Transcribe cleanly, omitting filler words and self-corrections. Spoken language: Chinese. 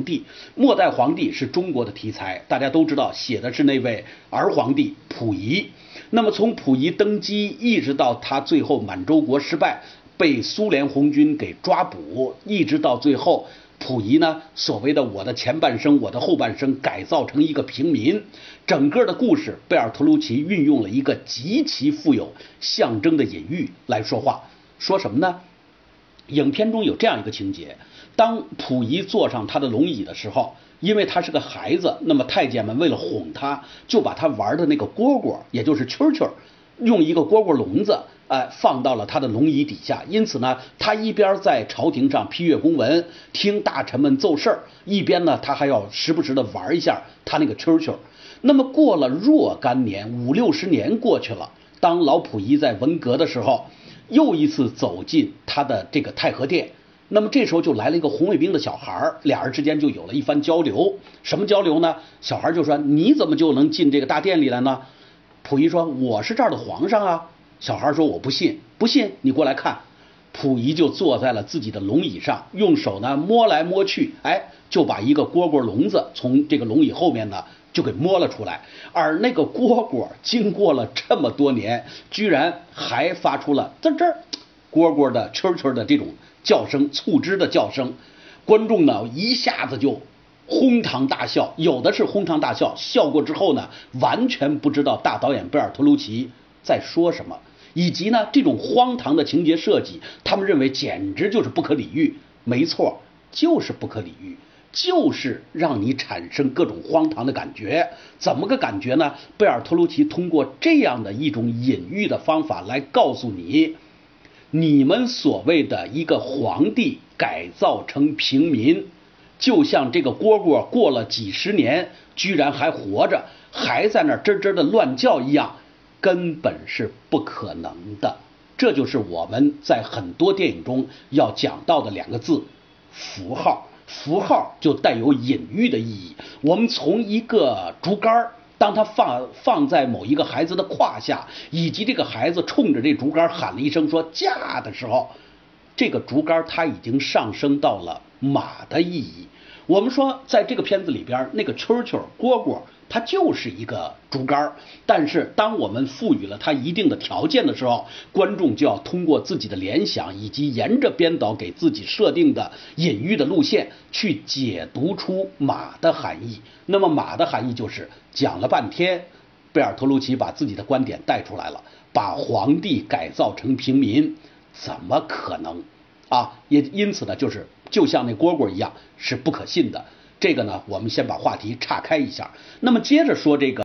皇帝。末代皇帝是中国的题材，大家都知道，写的是那位儿皇帝溥仪。那么从溥仪登基一直到他最后满洲国失败，被苏联红军给抓捕，一直到最后。溥仪呢，所谓的我的前半生，我的后半生改造成一个平民，整个的故事，贝尔托鲁奇运用了一个极其富有象征的隐喻来说话。说什么呢？影片中有这样一个情节：当溥仪坐上他的龙椅的时候，因为他是个孩子，那么太监们为了哄他，就把他玩的那个蝈蝈，也就是蛐蛐，用一个蝈蝈笼子。放到了他的龙椅底下，因此呢，他一边在朝廷上批阅公文，听大臣们奏事，一边呢，他还要时不时的玩一下他那个蛐蛐。那么过了若干年，50、60年过去了，当老溥仪在文革的时候，又一次走进他的这个太和殿，那么这时候就来了一个红卫兵的小孩，俩人之间就有了一番交流。什么交流呢？小孩就说：“你怎么就能进这个大殿里来呢？”溥仪说：“我是这儿的皇上啊。”小孩说：“我不信，不信你过来看。”溥仪就坐在了自己的龙椅上，用手呢摸来摸去，就把一个蝈蝈笼子从这个龙椅后面呢就给摸了出来。而那个蝈蝈经过了这么多年，居然还发出了啧啧蝈蝈的蛐蛐的这种叫声，促织的叫声。观众呢一下子就哄堂大笑，有的是哄堂大笑，笑过之后呢，完全不知道大导演贝尔托鲁奇在说什么，以及呢这种荒唐的情节设计，他们认为简直就是不可理喻。没错，就是不可理喻，就是让你产生各种荒唐的感觉。怎么个感觉呢？贝尔托鲁奇通过这样的一种隐喻的方法来告诉你，你们所谓的一个皇帝改造成平民，就像这个蝈蝈过了几十年居然还活着，还在那吱吱的乱叫一样，根本是不可能的。这就是我们在很多电影中要讲到的两个字：符号。符号就带有隐喻的意义。我们从一个竹竿，当它放在某一个孩子的胯下，以及这个孩子冲着这竹竿喊了一声说驾的时候，这个竹竿它已经上升到了马的意义。我们说在这个片子里边，那个蛐蛐蝈蝈它就是一个竹竿，但是当我们赋予了它一定的条件的时候，观众就要通过自己的联想以及沿着编导给自己设定的隐喻的路线去解读出马的含义。那么马的含义就是讲了半天，贝尔托鲁奇把自己的观点带出来了，把皇帝改造成平民，怎么可能啊？也因此呢，就像那蝈蝈一样，是不可信的。这个呢，我们先把话题岔开一下，那么接着说这个